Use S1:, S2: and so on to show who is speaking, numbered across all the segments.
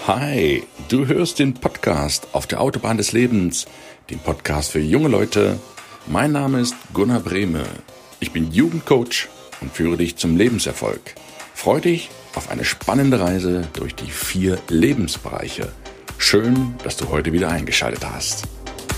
S1: Hi, du hörst den Podcast auf der Autobahn des Lebens, den Podcast für junge Leute. Mein Name ist Gunnar Brehme. Ich bin Jugendcoach und führe dich zum Lebenserfolg. Freu dich auf eine spannende Reise durch die 4 Lebensbereiche. Schön, dass du heute wieder eingeschaltet hast.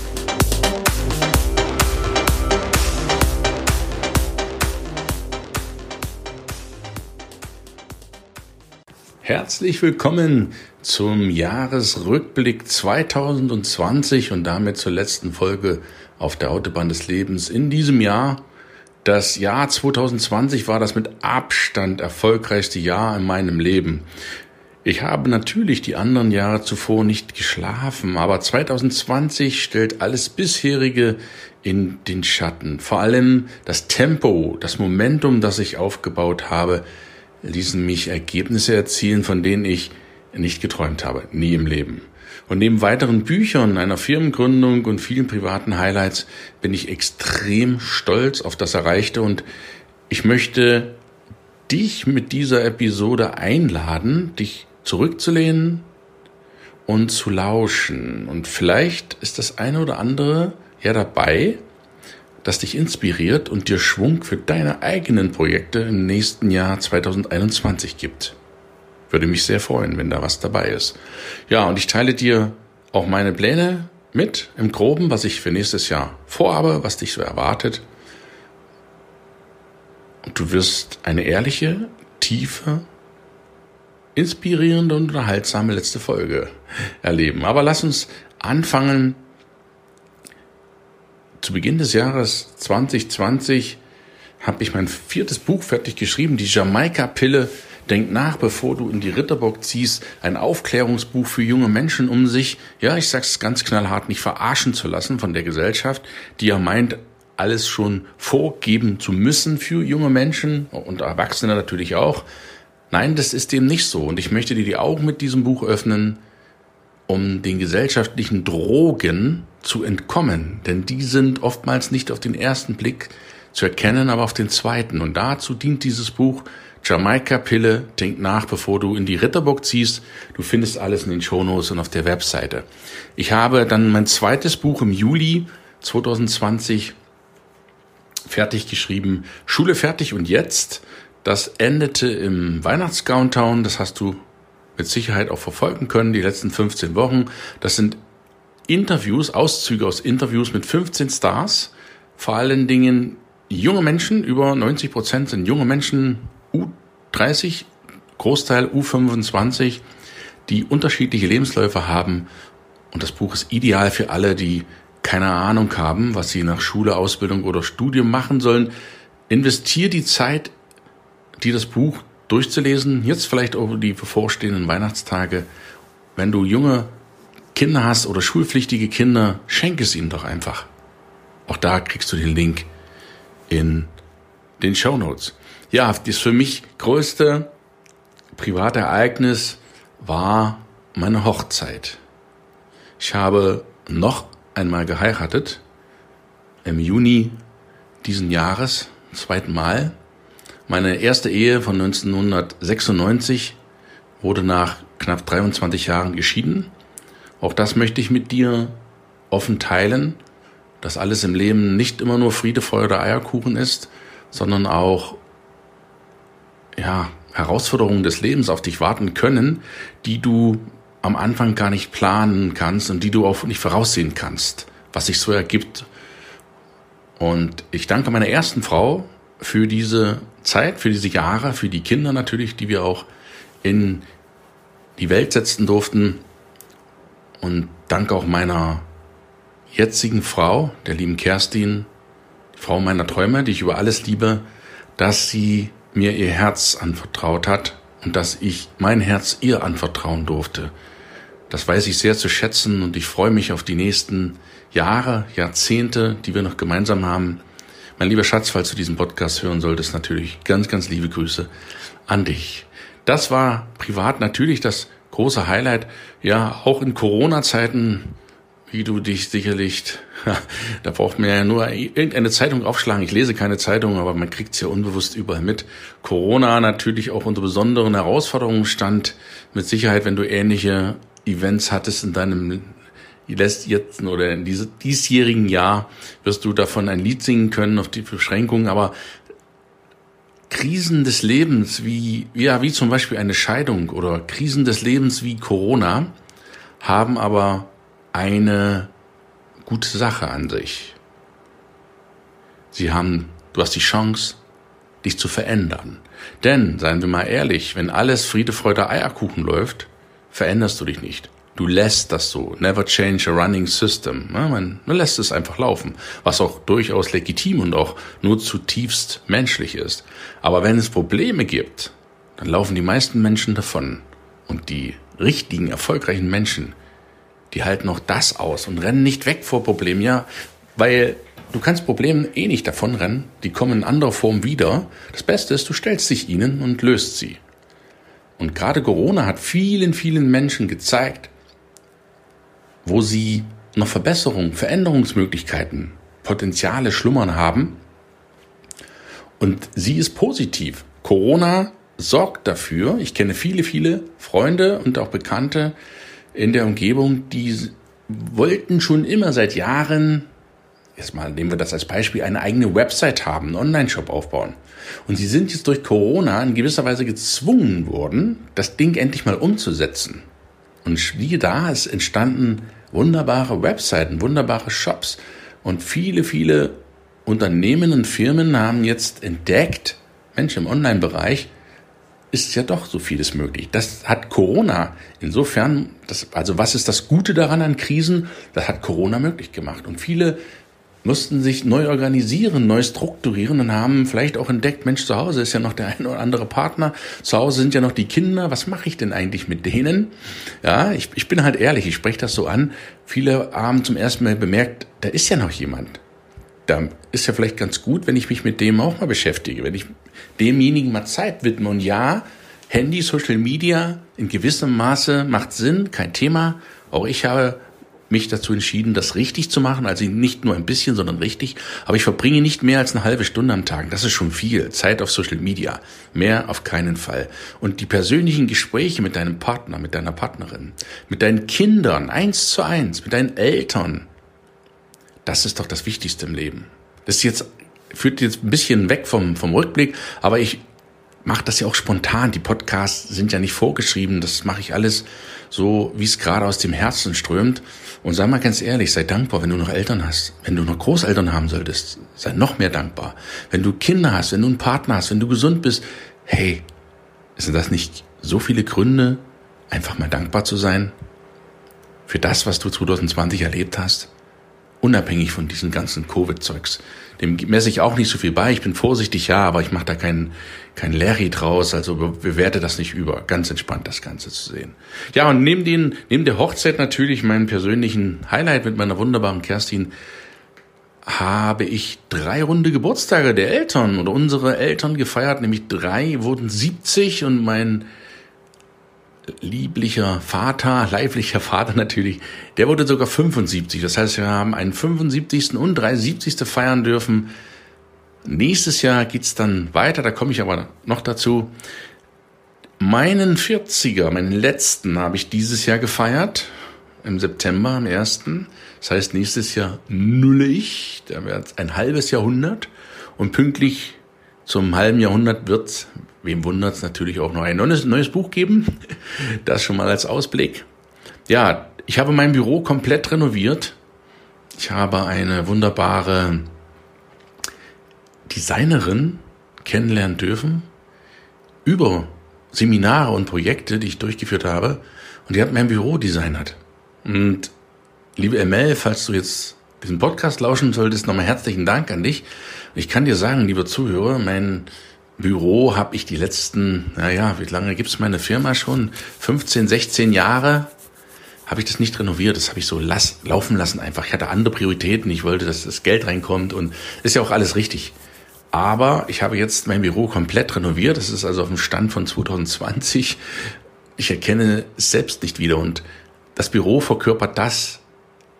S1: Herzlich willkommen zum Jahresrückblick 2020 und damit zur letzten Folge auf der Autobahn des Lebens in diesem Jahr. Das Jahr 2020 war das mit Abstand erfolgreichste Jahr in meinem Leben. Ich habe natürlich die anderen Jahre zuvor nicht geschlafen, aber 2020 stellt alles bisherige in den Schatten. Vor allem das Tempo, das Momentum, das ich aufgebaut habe, ließen mich Ergebnisse erzielen, von denen ich nicht geträumt habe, nie im Leben. Und neben weiteren Büchern, einer Firmengründung und vielen privaten Highlights bin ich extrem stolz auf das Erreichte und ich möchte dich mit dieser Episode einladen, dich zurückzulehnen und zu lauschen. Und vielleicht ist das eine oder andere ja dabei, das dich inspiriert und dir Schwung für deine eigenen Projekte im nächsten Jahr 2021 gibt. Würde mich sehr freuen, wenn da was dabei ist. Ja, und ich teile dir auch meine Pläne mit, im Groben, was ich für nächstes Jahr vorhabe, was dich so erwartet. Und du wirst eine ehrliche, tiefe, inspirierende und unterhaltsame letzte Folge erleben. Aber lass uns anfangen. Zu Beginn des Jahres 2020 habe ich mein 4. Buch fertig geschrieben, die Jamaika-Pille. Denk nach, bevor du in die Ritterburg ziehst. Ein Aufklärungsbuch für junge Menschen, um sich, ja, ich sag's ganz knallhart, nicht verarschen zu lassen von der Gesellschaft, die ja meint, alles schon vorgeben zu müssen für junge Menschen und Erwachsene natürlich auch. Nein, das ist dem nicht so. Und ich möchte dir die Augen mit diesem Buch öffnen, um den gesellschaftlichen Drogen zu entkommen. Denn die sind oftmals nicht auf den ersten Blick zu erkennen, aber auf den zweiten. Und dazu dient dieses Buch Jamaika-Pille. Denk nach, bevor du in die Ritterburg ziehst. Du findest alles in den Shownotes und auf der Webseite. Ich habe dann mein 2. Buch im Juli 2020 fertig geschrieben. Schule fertig und jetzt. Das endete im Weihnachtscountdown. Das hast du mit Sicherheit auch verfolgen können, die letzten 15 Wochen. Das sind Interviews, Auszüge aus Interviews mit 15 Stars. Vor allen Dingen junge Menschen, über 90% sind junge Menschen, U30, Großteil U25, die unterschiedliche Lebensläufe haben. Und das Buch ist ideal für alle, die keine Ahnung haben, was sie nach Schule, Ausbildung oder Studium machen sollen. Investier die Zeit, die das Buch durchzulesen, jetzt vielleicht auch die bevorstehenden Weihnachtstage. Wenn du junge Kinder hast oder schulpflichtige Kinder, schenk es ihnen doch einfach. Auch da kriegst du den Link in den Shownotes. Ja, das für mich größte private Ereignis war meine Hochzeit. Ich habe noch einmal geheiratet, im Juni diesen Jahres, 2. Mal. Meine erste Ehe von 1996 wurde nach knapp 23 Jahren geschieden. Auch das möchte ich mit dir offen teilen, dass alles im Leben nicht immer nur Friede, Freude oder Eierkuchen ist, sondern auch Herausforderungen des Lebens auf dich warten können, die du am Anfang gar nicht planen kannst und die du auch nicht voraussehen kannst, was sich so ergibt. Und ich danke meiner ersten Frau für diese Zeit, für diese Jahre, für die Kinder natürlich, die wir auch in die Welt setzen durften. Und danke auch meiner jetzigen Frau, der lieben Kerstin, die Frau meiner Träume, die ich über alles liebe, dass sie mir ihr Herz anvertraut hat und dass ich mein Herz ihr anvertrauen durfte. Das weiß ich sehr zu schätzen und ich freue mich auf die nächsten Jahre, Jahrzehnte, die wir noch gemeinsam haben. Mein lieber Schatz, falls du diesen Podcast hören solltest, natürlich ganz, ganz liebe Grüße an dich. Das war privat natürlich das große Highlight. Ja, auch in Corona-Zeiten wie du dich sicherlich, da braucht man ja nur irgendeine Zeitung aufschlagen. Ich lese keine Zeitung, aber man kriegt es ja unbewusst überall mit. Corona natürlich auch unter besonderen Herausforderungen stand. Mit Sicherheit, wenn du ähnliche Events hattest in deinem letzten oder in diesjährigen Jahr, wirst du davon ein Lied singen können auf die Beschränkungen. Aber Krisen des Lebens wie zum Beispiel eine Scheidung oder Krisen des Lebens wie Corona haben aber eine gute Sache an sich. Du hast die Chance, dich zu verändern. Denn, seien wir mal ehrlich, wenn alles Friede, Freude, Eierkuchen läuft, veränderst du dich nicht. Du lässt das so. Never change a running system. Man lässt es einfach laufen, was auch durchaus legitim und auch nur zutiefst menschlich ist. Aber wenn es Probleme gibt, dann laufen die meisten Menschen davon. Und die richtigen, erfolgreichen Menschen, die halten auch das aus und rennen nicht weg vor Problemen. Ja, weil du kannst Problemen nicht davonrennen. Die kommen in anderer Form wieder. Das Beste ist, du stellst dich ihnen und löst sie. Und gerade Corona hat vielen, vielen Menschen gezeigt, wo sie noch Verbesserungen, Veränderungsmöglichkeiten, Potenziale schlummern haben. Und sie ist positiv. Corona sorgt dafür, ich kenne viele, viele Freunde und auch Bekannte in der Umgebung, die wollten schon immer seit Jahren, erstmal nehmen wir das als Beispiel, eine eigene Website haben, einen Online-Shop aufbauen. Und sie sind jetzt durch Corona in gewisser Weise gezwungen worden, das Ding endlich mal umzusetzen. Und siehe da, es entstanden wunderbare Webseiten, wunderbare Shops. Und viele, viele Unternehmen und Firmen haben jetzt entdeckt, Mensch, im Online-Bereich ist ja doch so vieles möglich. Das hat Corona insofern, also was ist das Gute daran an Krisen? Das hat Corona möglich gemacht. Und viele mussten sich neu organisieren, neu strukturieren und haben vielleicht auch entdeckt, Mensch, zu Hause ist ja noch der eine oder andere Partner, zu Hause sind ja noch die Kinder, was mache ich denn eigentlich mit denen? Ja, ich bin halt ehrlich, ich spreche das so an. Viele haben zum ersten Mal bemerkt, da ist ja noch jemand. Da ist ja vielleicht ganz gut, wenn ich mich mit dem auch mal beschäftige, wenn ich demjenigen mal Zeit widme. Und ja, Handy, Social Media in gewissem Maße macht Sinn, kein Thema. Auch ich habe mich dazu entschieden, das richtig zu machen, also nicht nur ein bisschen, sondern richtig. Aber ich verbringe nicht mehr als eine halbe Stunde am Tag. Das ist schon viel. Zeit auf Social Media. Mehr auf keinen Fall. Und die persönlichen Gespräche mit deinem Partner, mit deiner Partnerin, mit deinen Kindern, 1:1, mit deinen Eltern, das ist doch das Wichtigste im Leben. Das führt jetzt ein bisschen weg vom Rückblick, aber ich mache das ja auch spontan. Die Podcasts sind ja nicht vorgeschrieben. Das mache ich alles so, wie es gerade aus dem Herzen strömt. Und sei mal ganz ehrlich, sei dankbar, wenn du noch Eltern hast. Wenn du noch Großeltern haben solltest, sei noch mehr dankbar. Wenn du Kinder hast, wenn du einen Partner hast, wenn du gesund bist, hey, sind das nicht so viele Gründe, einfach mal dankbar zu sein für das, was du 2020 erlebt hast? Unabhängig von diesem ganzen Covid-Zeugs. Dem messe ich auch nicht so viel bei. Ich bin vorsichtig, ja, aber ich mache da kein Larry draus. Also bewerte das nicht über. Ganz entspannt das Ganze zu sehen. Ja, und neben der Hochzeit natürlich meinen persönlichen Highlight mit meiner wunderbaren Kerstin habe ich 3 runde Geburtstage der Eltern oder unsere Eltern gefeiert. Nämlich 3 wurden 70 und mein leiblicher Vater natürlich, der wurde sogar 75. Das heißt, wir haben einen 75. und 3 70. feiern dürfen. Nächstes Jahr geht's dann weiter, da komme ich aber noch dazu. Meinen 40er, meinen letzten, habe ich dieses Jahr gefeiert, im September, am 1. Das heißt, nächstes Jahr nullig, da wird ein halbes Jahrhundert und pünktlich zum halben Jahrhundert wird's, wem wundert's, natürlich auch noch ein neues Buch geben. Das schon mal als Ausblick. Ja, ich habe mein Büro komplett renoviert. Ich habe eine wunderbare Designerin kennenlernen dürfen über Seminare und Projekte, die ich durchgeführt habe. Und die hat mein Büro designt. Und liebe ML, falls du jetzt diesen Podcast lauschen solltest, nochmal herzlichen Dank an dich. Und ich kann dir sagen, lieber Zuhörer, mein Büro habe ich die letzten, wie lange gibt's meine Firma schon? 15, 16 Jahre habe ich das nicht renoviert. Das habe ich so laufen lassen einfach. Ich hatte andere Prioritäten. Ich wollte, dass das Geld reinkommt und ist ja auch alles richtig. Aber ich habe jetzt mein Büro komplett renoviert. Das ist also auf dem Stand von 2020. Ich erkenne es selbst nicht wieder. Und das Büro verkörpert das,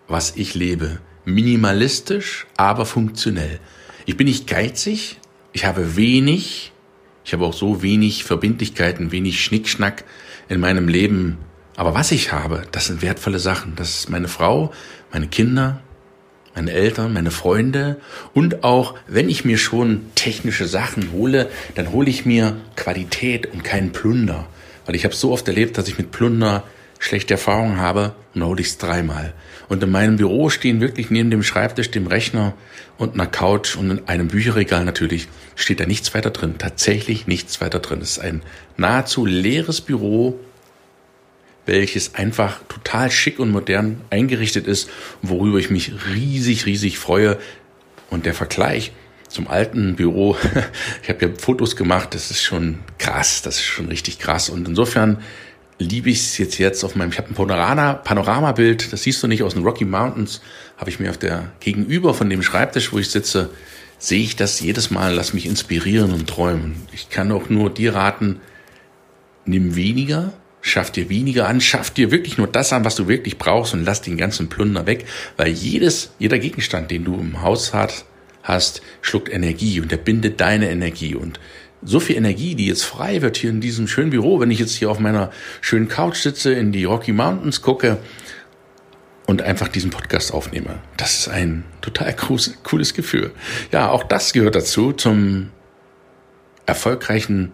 S1: was ich lebe. Minimalistisch, aber funktionell. Ich bin nicht geizig, ich habe wenig, ich habe auch so wenig Verbindlichkeiten, wenig Schnickschnack in meinem Leben. Aber was ich habe, das sind wertvolle Sachen. Das ist meine Frau, meine Kinder, meine Eltern, meine Freunde und auch, wenn ich mir schon technische Sachen hole, dann hole ich mir Qualität und keinen Plunder. Weil ich habe so oft erlebt, dass ich mit Plunder schlechte Erfahrungen habe und dann hole ich es 3-mal. Und in meinem Büro stehen wirklich neben dem Schreibtisch, dem Rechner und einer Couch und in einem Bücherregal natürlich steht da nichts weiter drin. Tatsächlich nichts weiter drin. Es ist ein nahezu leeres Büro, welches einfach total schick und modern eingerichtet ist, worüber ich mich riesig freue. Und der Vergleich zum alten Büro, ich habe ja Fotos gemacht, das ist schon krass, das ist schon richtig krass. Und insofern liebe ich es jetzt auf meinem, ich habe ein Panoramabild, das siehst du nicht, aus den Rocky Mountains, habe ich mir auf der gegenüber von dem Schreibtisch, wo ich sitze, sehe ich das jedes Mal, lass mich inspirieren und träumen. Ich kann auch nur dir raten, nimm weniger, schaff dir weniger an, schaff dir wirklich nur das an, was du wirklich brauchst und lass den ganzen Plunder weg, weil jeder Gegenstand, den du im Haus hast, schluckt Energie und der bindet deine Energie und so viel Energie, die jetzt frei wird hier in diesem schönen Büro, wenn ich jetzt hier auf meiner schönen Couch sitze, in die Rocky Mountains gucke und einfach diesen Podcast aufnehme. Das ist ein total cooles Gefühl. Ja, auch das gehört dazu, zum erfolgreichen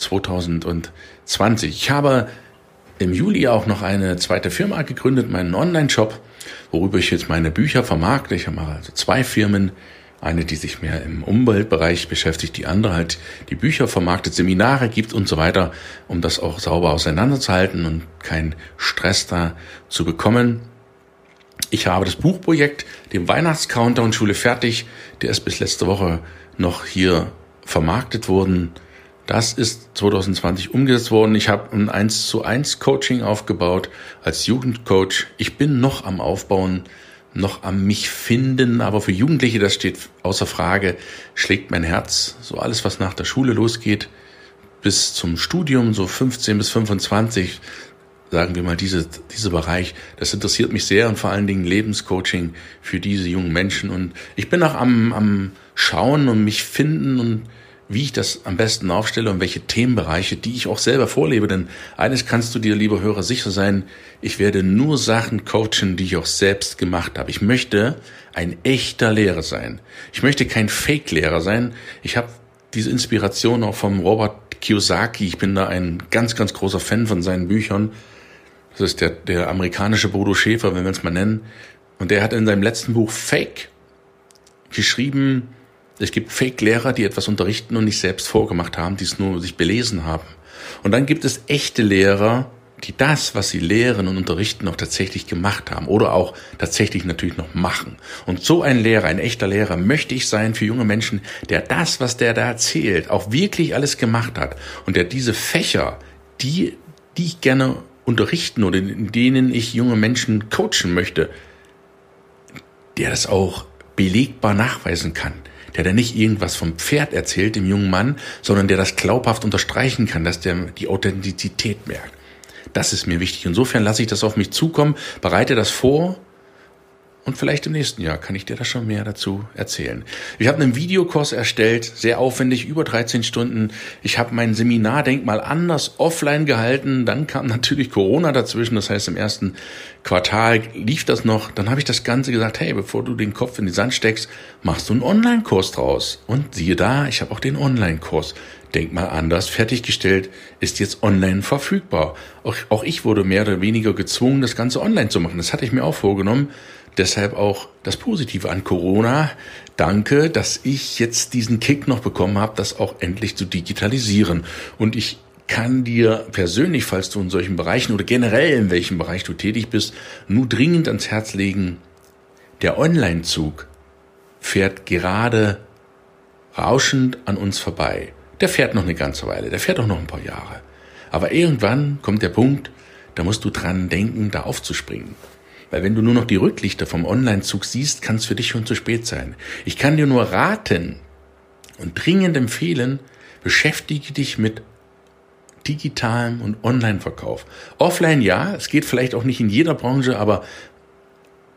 S1: 2020. Ich habe im Juli auch noch eine zweite Firma gegründet, meinen Online-Shop, worüber ich jetzt meine Bücher vermarkte. Ich habe also 2 Firmen. Eine, die sich mehr im Umweltbereich beschäftigt, die andere halt die Bücher vermarktet, Seminare gibt und so weiter, um das auch sauber auseinanderzuhalten und keinen Stress da zu bekommen. Ich habe das Buchprojekt, den Weihnachtscountdown Schule fertig, der ist bis letzte Woche noch hier vermarktet worden. Das ist 2020 umgesetzt worden. Ich habe ein 1:1 Coaching aufgebaut als Jugendcoach. Ich bin noch am Aufbauen, noch am mich finden, aber für Jugendliche, das steht außer Frage, schlägt mein Herz. So alles, was nach der Schule losgeht, bis zum Studium, so 15 bis 25, sagen wir mal, dieser Bereich, das interessiert mich sehr und vor allen Dingen Lebenscoaching für diese jungen Menschen. Und ich bin auch am Schauen und mich finden und wie ich das am besten aufstelle und welche Themenbereiche, die ich auch selber vorlebe. Denn eines kannst du dir, lieber Hörer, sicher sein, ich werde nur Sachen coachen, die ich auch selbst gemacht habe. Ich möchte ein echter Lehrer sein. Ich möchte kein Fake-Lehrer sein. Ich habe diese Inspiration auch vom Robert Kiyosaki. Ich bin da ein ganz großer Fan von seinen Büchern. Das ist der amerikanische Bodo Schäfer, wenn wir es mal nennen. Und der hat in seinem letzten Buch Fake geschrieben, es gibt Fake-Lehrer, die etwas unterrichten und nicht selbst vorgemacht haben, die es nur sich belesen haben. Und dann gibt es echte Lehrer, die das, was sie lehren und unterrichten, auch tatsächlich gemacht haben oder auch tatsächlich natürlich noch machen. Und so ein Lehrer, ein echter Lehrer möchte ich sein für junge Menschen, der das, was der da erzählt, auch wirklich alles gemacht hat und der diese Fächer, die ich gerne unterrichten oder in denen ich junge Menschen coachen möchte, der das auch belegbar nachweisen kann. Der nicht irgendwas vom Pferd erzählt, dem jungen Mann, sondern der das glaubhaft unterstreichen kann, dass der die Authentizität merkt. Das ist mir wichtig. Insofern lasse ich das auf mich zukommen, bereite das vor und vielleicht im nächsten Jahr kann ich dir da schon mehr dazu erzählen. Ich habe einen Videokurs erstellt, sehr aufwendig, über 13 Stunden. Ich habe mein Seminar Denkmal anders offline gehalten. Dann kam natürlich Corona dazwischen. Das heißt, im ersten Quartal lief das noch. Dann habe ich das Ganze gesagt, hey, bevor du den Kopf in die Sand steckst, machst du einen Online-Kurs draus. Und siehe da, ich habe auch den Online-Kurs Denkmal anders fertiggestellt, ist jetzt online verfügbar. Auch ich wurde mehr oder weniger gezwungen, das Ganze online zu machen. Das hatte ich mir auch vorgenommen. Deshalb auch das Positive an Corona. Danke, dass ich jetzt diesen Kick noch bekommen habe, das auch endlich zu digitalisieren. Und ich kann dir persönlich, falls du in solchen Bereichen oder generell in welchem Bereich du tätig bist, nur dringend ans Herz legen, der Online-Zug fährt gerade rauschend an uns vorbei. Der fährt noch eine ganze Weile, der fährt auch noch ein paar Jahre. Aber irgendwann kommt der Punkt, da musst du dran denken, da aufzuspringen. Weil wenn du nur noch die Rücklichter vom Online-Zug siehst, kann es für dich schon zu spät sein. Ich kann dir nur raten und dringend empfehlen, beschäftige dich mit digitalem und Online-Verkauf. Offline ja, es geht vielleicht auch nicht in jeder Branche, aber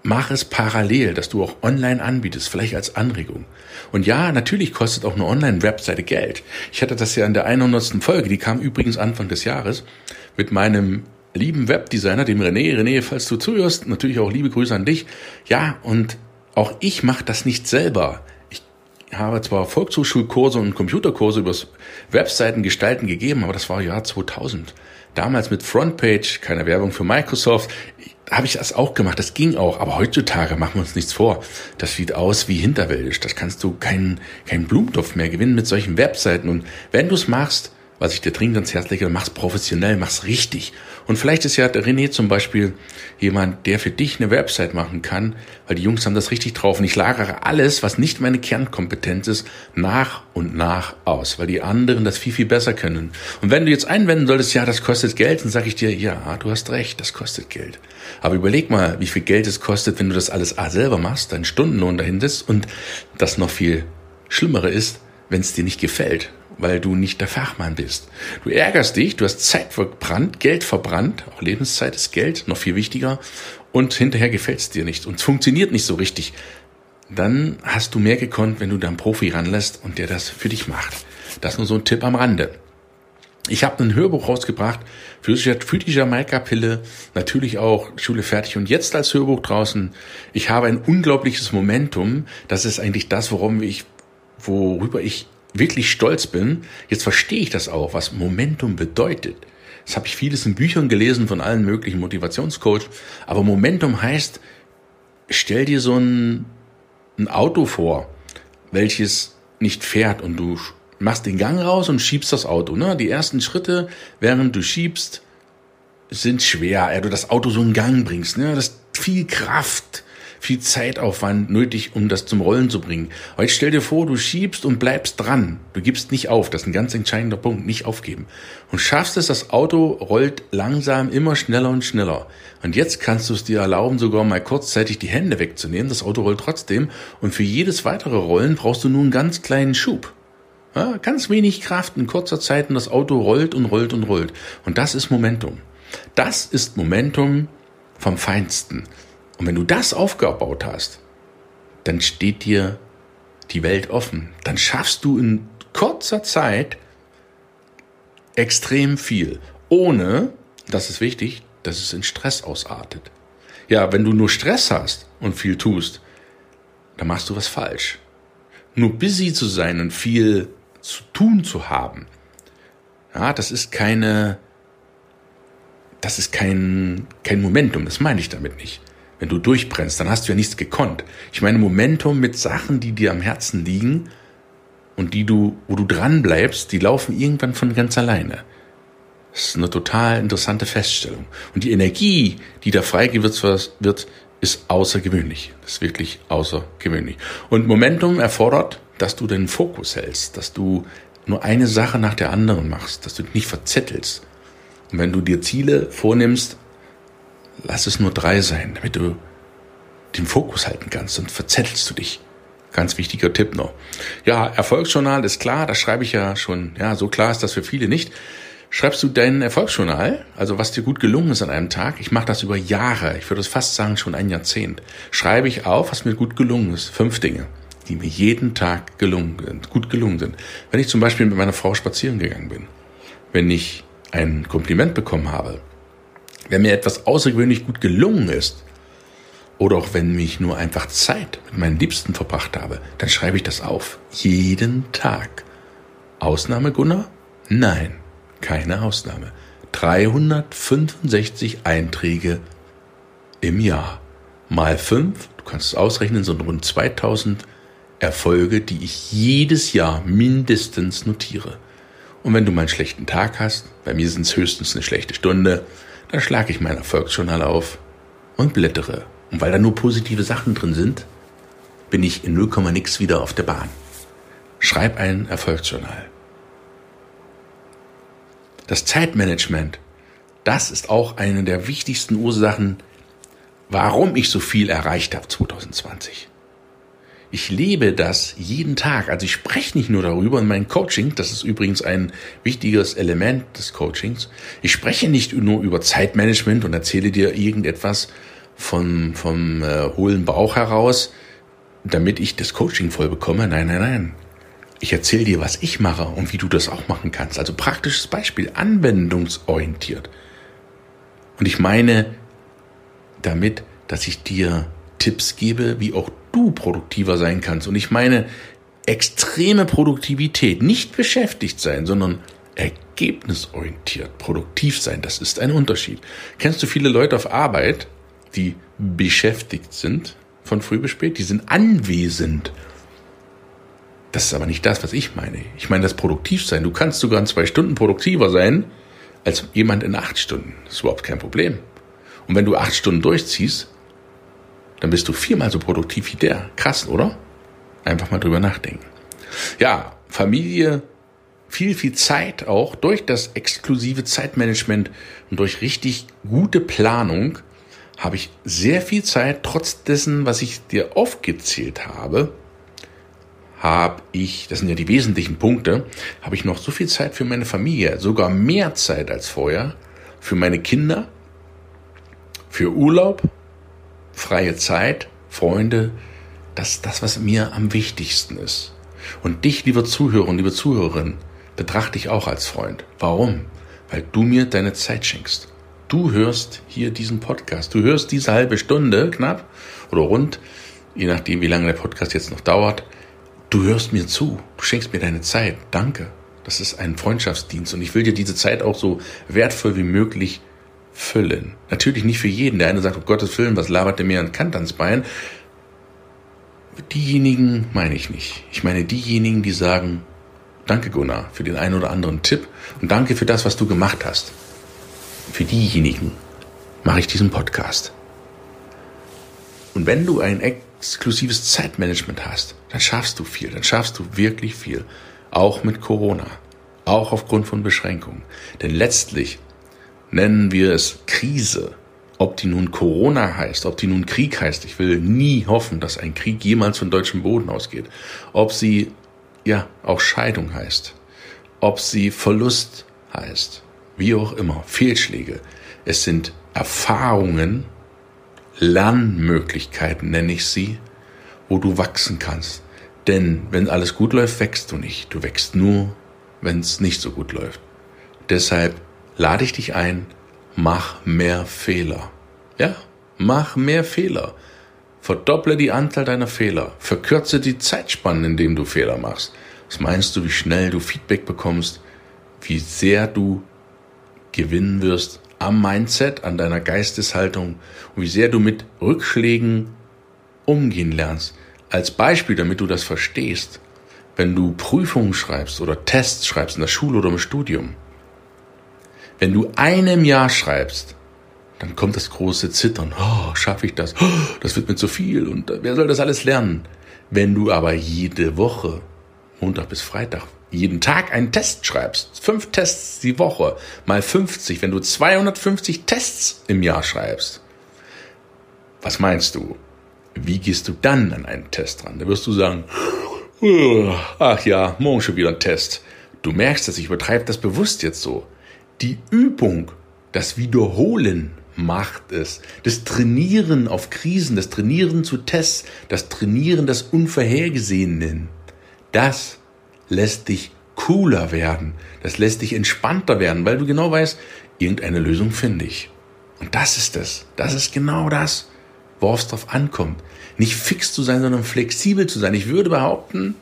S1: mach es parallel, dass du auch online anbietest, vielleicht als Anregung. Und ja, natürlich kostet auch eine Online-Webseite Geld. Ich hatte das ja in der 100. Folge, die kam übrigens Anfang des Jahres, mit meinem lieben Webdesigner, dem René. René, falls du zuhörst, natürlich auch liebe Grüße an dich. Ja, und auch ich mache das nicht selber. Ich habe zwar Volkshochschulkurse und Computerkurse übers Webseiten gestalten gegeben, aber das war Jahr 2000. Damals mit Frontpage, keine Werbung für Microsoft, habe ich das auch gemacht. Das ging auch. Aber heutzutage, machen wir uns nichts vor, das sieht aus wie hinterwäldisch. Das kannst du keinen Blumentopf mehr gewinnen mit solchen Webseiten. Und wenn du es machst, was ich dir dringend ans Herz lege, mach's professionell, mach's richtig. Und vielleicht ist ja der René zum Beispiel jemand, der für dich eine Website machen kann, weil die Jungs haben das richtig drauf. Und ich lagere alles, was nicht meine Kernkompetenz ist, nach und nach aus, weil die anderen das viel, viel besser können. Und wenn du jetzt einwenden solltest, ja, das kostet Geld, dann sage ich dir, ja, du hast recht, das kostet Geld. Aber überleg mal, wie viel Geld es kostet, wenn du das alles selber machst, deinen Stundenlohn dahin setzt und das noch viel Schlimmere ist, wenn es dir nicht gefällt, weil du nicht der Fachmann bist. Du ärgerst dich, du hast Zeit verbrannt, Geld verbrannt, auch Lebenszeit ist Geld, noch viel wichtiger, und hinterher gefällt es dir nicht und es funktioniert nicht so richtig. Dann hast du mehr gekonnt, wenn du da einen Profi ranlässt und der das für dich macht. Das ist nur so ein Tipp am Rande. Ich habe ein Hörbuch rausgebracht für die Jamaika-Pille, natürlich auch Schule fertig und jetzt als Hörbuch draußen. Ich habe ein unglaubliches Momentum, das ist eigentlich das, worüber ich wirklich stolz bin. Jetzt verstehe ich das auch, was Momentum bedeutet. Das habe ich vieles in Büchern gelesen von allen möglichen Motivationscoach. Aber Momentum heißt, stell dir so ein Auto vor, welches nicht fährt und du machst den Gang raus und schiebst das Auto. Ne? Die ersten Schritte, während du schiebst, sind schwer. Du das Auto so in Gang bringst. Ne? Das ist viel Kraft, viel Zeitaufwand nötig, um das zum Rollen zu bringen. Aber jetzt stell dir vor, du schiebst und bleibst dran. Du gibst nicht auf. Das ist ein ganz entscheidender Punkt. Nicht aufgeben. Und schaffst es, das Auto rollt langsam immer schneller und schneller. Und jetzt kannst du es dir erlauben, sogar mal kurzzeitig die Hände wegzunehmen. Das Auto rollt trotzdem. Und für jedes weitere Rollen brauchst du nur einen ganz kleinen Schub. Ja, ganz wenig Kraft in kurzer Zeit und das Auto rollt und rollt und rollt. Und das ist Momentum. Das ist Momentum vom Feinsten. Und wenn du das aufgebaut hast, dann steht dir die Welt offen. Dann schaffst du in kurzer Zeit extrem viel, ohne, das ist wichtig, dass es in Stress ausartet. Ja, wenn du nur Stress hast und viel tust, dann machst du was falsch. Nur busy zu sein und viel zu tun zu haben, ja, das ist kein Momentum, das meine ich damit nicht. Wenn du durchbrennst, dann hast du ja nichts gekonnt. Ich meine Momentum mit Sachen, die dir am Herzen liegen und wo du dran bleibst, die laufen irgendwann von ganz alleine. Das ist eine total interessante Feststellung. Und die Energie, die da freigewirkt wird, ist außergewöhnlich. Das ist wirklich außergewöhnlich. Und Momentum erfordert, dass du den Fokus hältst, dass du nur eine Sache nach der anderen machst, dass du dich nicht verzettelst. Und wenn du dir Ziele vornimmst, lass es nur 3 sein, damit du den Fokus halten kannst, sonst verzettelst du dich. Ganz wichtiger Tipp noch. Ja, Erfolgsjournal ist klar, das schreibe ich ja schon, ja, so klar ist das für viele nicht. Schreibst du dein Erfolgsjournal, also was dir gut gelungen ist an einem Tag? Ich mache das über Jahre, ich würde es fast sagen schon ein Jahrzehnt. Schreibe ich auf, was mir gut gelungen ist. 5 Dinge, die mir jeden Tag gut gelungen sind. Wenn ich zum Beispiel mit meiner Frau spazieren gegangen bin, wenn ich ein Kompliment bekommen habe, wenn mir etwas außergewöhnlich gut gelungen ist oder auch wenn ich nur einfach Zeit mit meinen Liebsten verbracht habe, dann schreibe ich das auf. Jeden Tag. Ausnahme, Gunnar? Nein, keine Ausnahme. 365 Einträge im Jahr. Mal 5, du kannst es ausrechnen, sind rund 2000 Erfolge, die ich jedes Jahr mindestens notiere. Und wenn du mal einen schlechten Tag hast, bei mir sind es höchstens eine schlechte Stunde, dann schlage ich mein Erfolgsjournal auf und blättere. Und weil da nur positive Sachen drin sind, bin ich in 0, nix wieder auf der Bahn. Schreib ein Erfolgsjournal. Das Zeitmanagement, das ist auch eine der wichtigsten Ursachen, warum ich so viel erreicht habe 2020. Ich lebe das jeden Tag. Also ich spreche nicht nur darüber in meinem Coaching, das ist übrigens ein wichtiges Element des Coachings. Ich spreche nicht nur über Zeitmanagement und erzähle dir irgendetwas vom hohlen Bauch heraus, damit ich das Coaching voll bekomme. Nein. Ich erzähle dir, was ich mache und wie du das auch machen kannst. Also praktisches Beispiel, anwendungsorientiert. Und ich meine damit, dass ich dir Tipps gebe, wie auch du produktiver sein kannst. Und ich meine extreme Produktivität, nicht beschäftigt sein, sondern ergebnisorientiert produktiv sein. Das ist ein Unterschied. Kennst du viele Leute auf Arbeit, die beschäftigt sind von früh bis spät? Die sind anwesend. Das ist aber nicht das, was ich meine. Ich meine das Produktivsein. Du kannst sogar in 2 Stunden produktiver sein als jemand in 8 Stunden. Das ist überhaupt kein Problem. Und wenn du 8 Stunden durchziehst, dann bist du 4-mal so produktiv wie der. Krass, oder? Einfach mal drüber nachdenken. Ja, Familie, viel Zeit auch durch das exklusive Zeitmanagement und durch richtig gute Planung habe ich sehr viel Zeit, trotz dessen, was ich dir aufgezählt habe, das sind ja die wesentlichen Punkte, habe ich noch so viel Zeit für meine Familie, sogar mehr Zeit als vorher, für meine Kinder, für Urlaub, freie Zeit, Freunde. Das ist das, was mir am wichtigsten ist. Und dich, lieber Zuhörer und liebe Zuhörerin, betrachte ich auch als Freund. Warum? Weil du mir deine Zeit schenkst. Du hörst hier diesen Podcast. Du hörst diese halbe Stunde knapp oder rund, je nachdem, wie lange der Podcast jetzt noch dauert. Du hörst mir zu, du schenkst mir deine Zeit. Danke. Das ist ein Freundschaftsdienst und ich will dir diese Zeit auch so wertvoll wie möglich füllen. Natürlich nicht für jeden. Der eine sagt, um Gottes Willen, was labert der mir an Kant ans Bein? Diejenigen meine ich nicht. Ich meine diejenigen, die sagen, danke Gunnar für den einen oder anderen Tipp und danke für das, was du gemacht hast. Für diejenigen mache ich diesen Podcast. Und wenn du ein exklusives Zeitmanagement hast, dann schaffst du viel, dann schaffst du wirklich viel. Auch mit Corona, auch aufgrund von Beschränkungen. Denn letztlich nennen wir es Krise. Ob die nun Corona heißt, ob die nun Krieg heißt. Ich will nie hoffen, dass ein Krieg jemals von deutschem Boden ausgeht. Ob sie auch Scheidung heißt. Ob sie Verlust heißt. Wie auch immer. Fehlschläge. Es sind Erfahrungen, Lernmöglichkeiten nenne ich sie, wo du wachsen kannst. Denn wenn alles gut läuft, wächst du nicht. Du wächst nur, wenn es nicht so gut läuft. Deshalb lade ich dich ein, mach mehr Fehler. Ja, mach mehr Fehler. Verdopple die Anzahl deiner Fehler. Verkürze die Zeitspannen, in denen du Fehler machst. Was meinst du, wie schnell du Feedback bekommst, wie sehr du gewinnen wirst am Mindset, an deiner Geisteshaltung und wie sehr du mit Rückschlägen umgehen lernst. Als Beispiel, damit du das verstehst, wenn du Prüfungen schreibst oder Tests schreibst in der Schule oder im Studium. Wenn du einem Jahr schreibst, dann kommt das große Zittern. Oh, schaffe ich das? Oh, das wird mir zu viel und wer soll das alles lernen? Wenn du aber jede Woche, Montag bis Freitag, jeden Tag einen Test schreibst, 5 Tests die Woche, mal 50, wenn du 250 Tests im Jahr schreibst, was meinst du? Wie gehst du dann an einen Test ran? Da wirst du sagen, ach ja, morgen schon wieder ein Test. Du merkst das, ich übertreibe das bewusst jetzt so. Die Übung, das Wiederholen macht es. Das Trainieren auf Krisen, das Trainieren zu Tests, das Trainieren des Unvorhergesehenen, das lässt dich cooler werden. Das lässt dich entspannter werden, weil du genau weißt, irgendeine Lösung finde ich. Und das ist es. Das ist genau das, worauf es drauf ankommt. Nicht fix zu sein, sondern flexibel zu sein. Ich würde behaupten,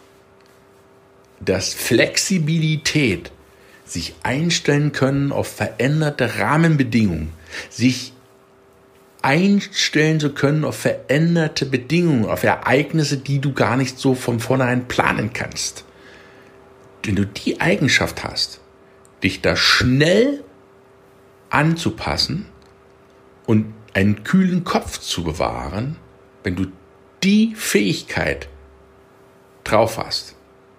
S1: dass Flexibilität, sich einstellen können auf veränderte Rahmenbedingungen, sich einstellen zu können auf veränderte Bedingungen, auf Ereignisse, die du gar nicht so von vornherein planen kannst. Wenn du die Eigenschaft hast, dich da schnell anzupassen und einen kühlen Kopf zu bewahren, wenn du die Fähigkeit drauf hast,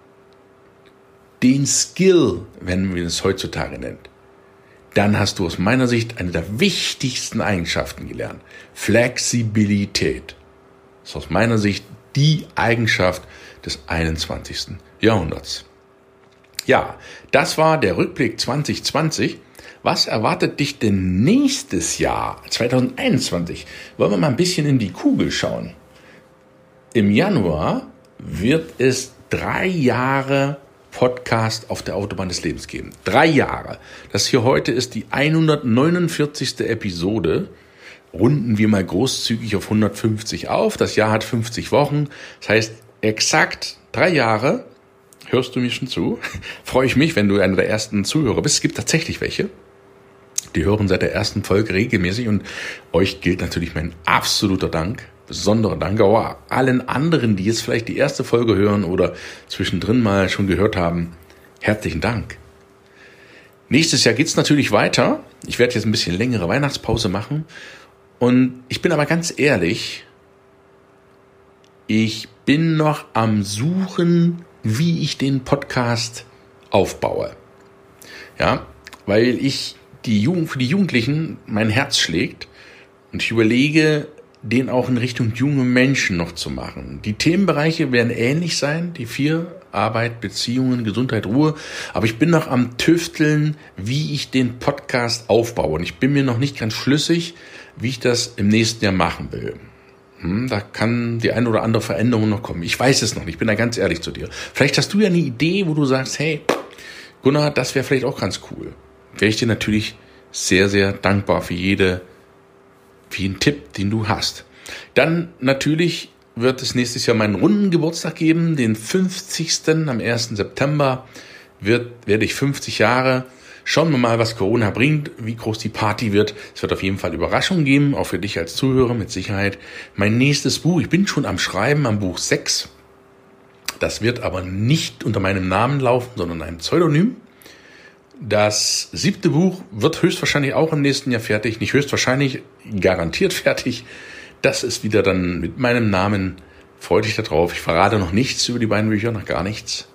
S1: den Skill, wenn man es heutzutage nennt, dann hast du aus meiner Sicht eine der wichtigsten Eigenschaften gelernt. Flexibilität. Das ist aus meiner Sicht die Eigenschaft des 21. Jahrhunderts. Ja, das war der Rückblick 2020. Was erwartet dich denn nächstes Jahr, 2021? Wollen wir mal ein bisschen in die Kugel schauen. Im Januar wird es 3 Jahre Podcast auf der Autobahn des Lebens geben. 3 Jahre. Das hier heute ist die 149. Episode. Runden wir mal großzügig auf 150 auf. Das Jahr hat 50 Wochen. Das heißt, exakt 3 Jahre, hörst du mir schon zu, freue ich mich, wenn du einer der ersten Zuhörer bist. Es gibt tatsächlich welche, die hören seit der ersten Folge regelmäßig und euch gilt natürlich mein absoluter Dank. Besonderer Dank auch allen anderen, die jetzt vielleicht die erste Folge hören oder zwischendrin mal schon gehört haben. Herzlichen Dank. Nächstes Jahr geht's natürlich weiter. Ich werde jetzt ein bisschen längere Weihnachtspause machen. Und ich bin aber ganz ehrlich, ich bin noch am Suchen, wie ich den Podcast aufbaue. Ja, weil für die Jugendlichen mein Herz schlägt und ich überlege, den auch in Richtung junge Menschen noch zu machen. Die Themenbereiche werden ähnlich sein, die 4, Arbeit, Beziehungen, Gesundheit, Ruhe. Aber ich bin noch am Tüfteln, wie ich den Podcast aufbaue. Und ich bin mir noch nicht ganz schlüssig, wie ich das im nächsten Jahr machen will. Da kann die eine oder andere Veränderung noch kommen. Ich weiß es noch nicht, ich bin da ganz ehrlich zu dir. Vielleicht hast du ja eine Idee, wo du sagst, hey, Gunnar, das wäre vielleicht auch ganz cool. Wäre ich dir natürlich sehr, sehr dankbar für jeden Tipp, den du hast. Dann natürlich wird es nächstes Jahr meinen runden Geburtstag geben, den 50. am 1. September werde ich 50 Jahre. Schauen wir mal, was Corona bringt, wie groß die Party wird. Es wird auf jeden Fall Überraschungen geben, auch für dich als Zuhörer mit Sicherheit. Mein nächstes Buch, ich bin schon am Schreiben, am Buch 6. Das wird aber nicht unter meinem Namen laufen, sondern einem Pseudonym. Das 7. Buch wird höchstwahrscheinlich auch im nächsten Jahr fertig. Nicht höchstwahrscheinlich, garantiert fertig. Das ist wieder dann mit meinem Namen. Freue dich darauf. Ich verrate noch nichts über die beiden Bücher, noch gar nichts.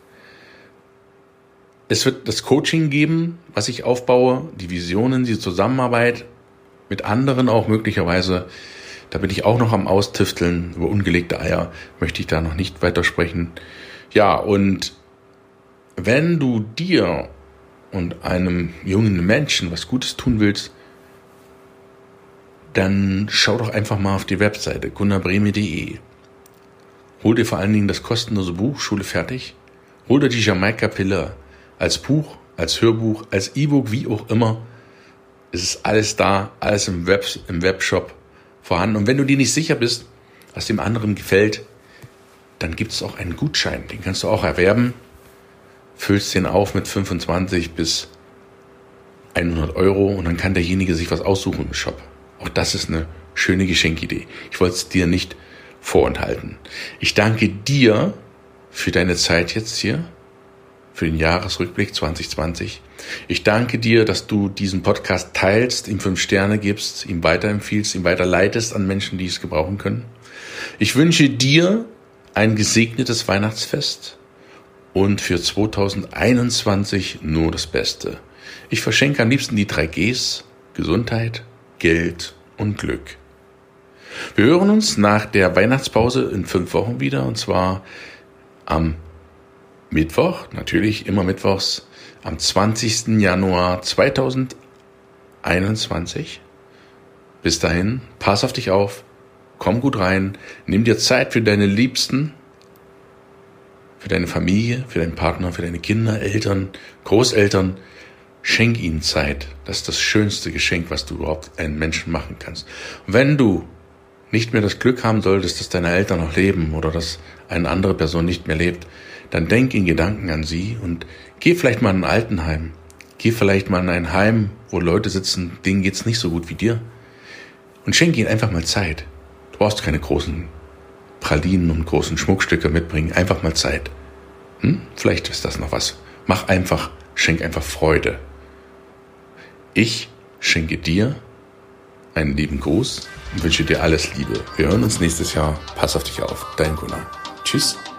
S1: Es wird das Coaching geben, was ich aufbaue, die Visionen, die Zusammenarbeit mit anderen auch möglicherweise. Da bin ich auch noch am Austüfteln. Über ungelegte Eier möchte ich da noch nicht weitersprechen. Ja, und wenn du dir und einem jungen Menschen was Gutes tun willst, dann schau doch einfach mal auf die Webseite gunnarbrehme.de. Hol dir vor allen Dingen das kostenlose Buch Schule fertig. Hol dir die Jamaika-Pille als Buch, als Hörbuch, als E-Book, wie auch immer. Es ist alles da, alles im Webshop vorhanden. Und wenn du dir nicht sicher bist, was dem anderen gefällt, dann gibt es auch einen Gutschein. Den kannst du auch erwerben. Füllst den auf mit 25 bis 100 Euro und dann kann derjenige sich was aussuchen im Shop. Auch das ist eine schöne Geschenkidee. Ich wollte es dir nicht vorenthalten. Ich danke dir für deine Zeit jetzt hier, für den Jahresrückblick 2020. Ich danke dir, dass du diesen Podcast teilst, ihm 5 Sterne gibst, ihm weiterempfiehlst, ihm weiterleitest an Menschen, die es gebrauchen können. Ich wünsche dir ein gesegnetes Weihnachtsfest und für 2021 nur das Beste. Ich verschenke am liebsten die 3 Gs: Gesundheit, Geld und Glück. Wir hören uns nach der Weihnachtspause in 5 Wochen wieder, und zwar am Mittwoch, natürlich immer mittwochs, am 20. Januar 2021. Bis dahin, pass auf dich auf, komm gut rein, nimm dir Zeit für deine Liebsten, für deine Familie, für deinen Partner, für deine Kinder, Eltern, Großeltern. Schenk ihnen Zeit. Das ist das schönste Geschenk, was du überhaupt einem Menschen machen kannst. Und wenn du nicht mehr das Glück haben solltest, dass deine Eltern noch leben oder dass eine andere Person nicht mehr lebt, dann denk in Gedanken an sie und geh vielleicht mal in ein Altenheim. Geh vielleicht mal in ein Heim, wo Leute sitzen, denen geht's nicht so gut wie dir. Und schenk ihnen einfach mal Zeit. Du brauchst keine großen Pralinen und großen Schmuckstücke mitbringen. Einfach mal Zeit. Vielleicht ist das noch was. Schenk einfach Freude. Ich schenke dir einen lieben Gruß und wünsche dir alles Liebe. Wir hören uns nächstes Jahr. Pass auf dich auf. Dein Gunnar. Tschüss.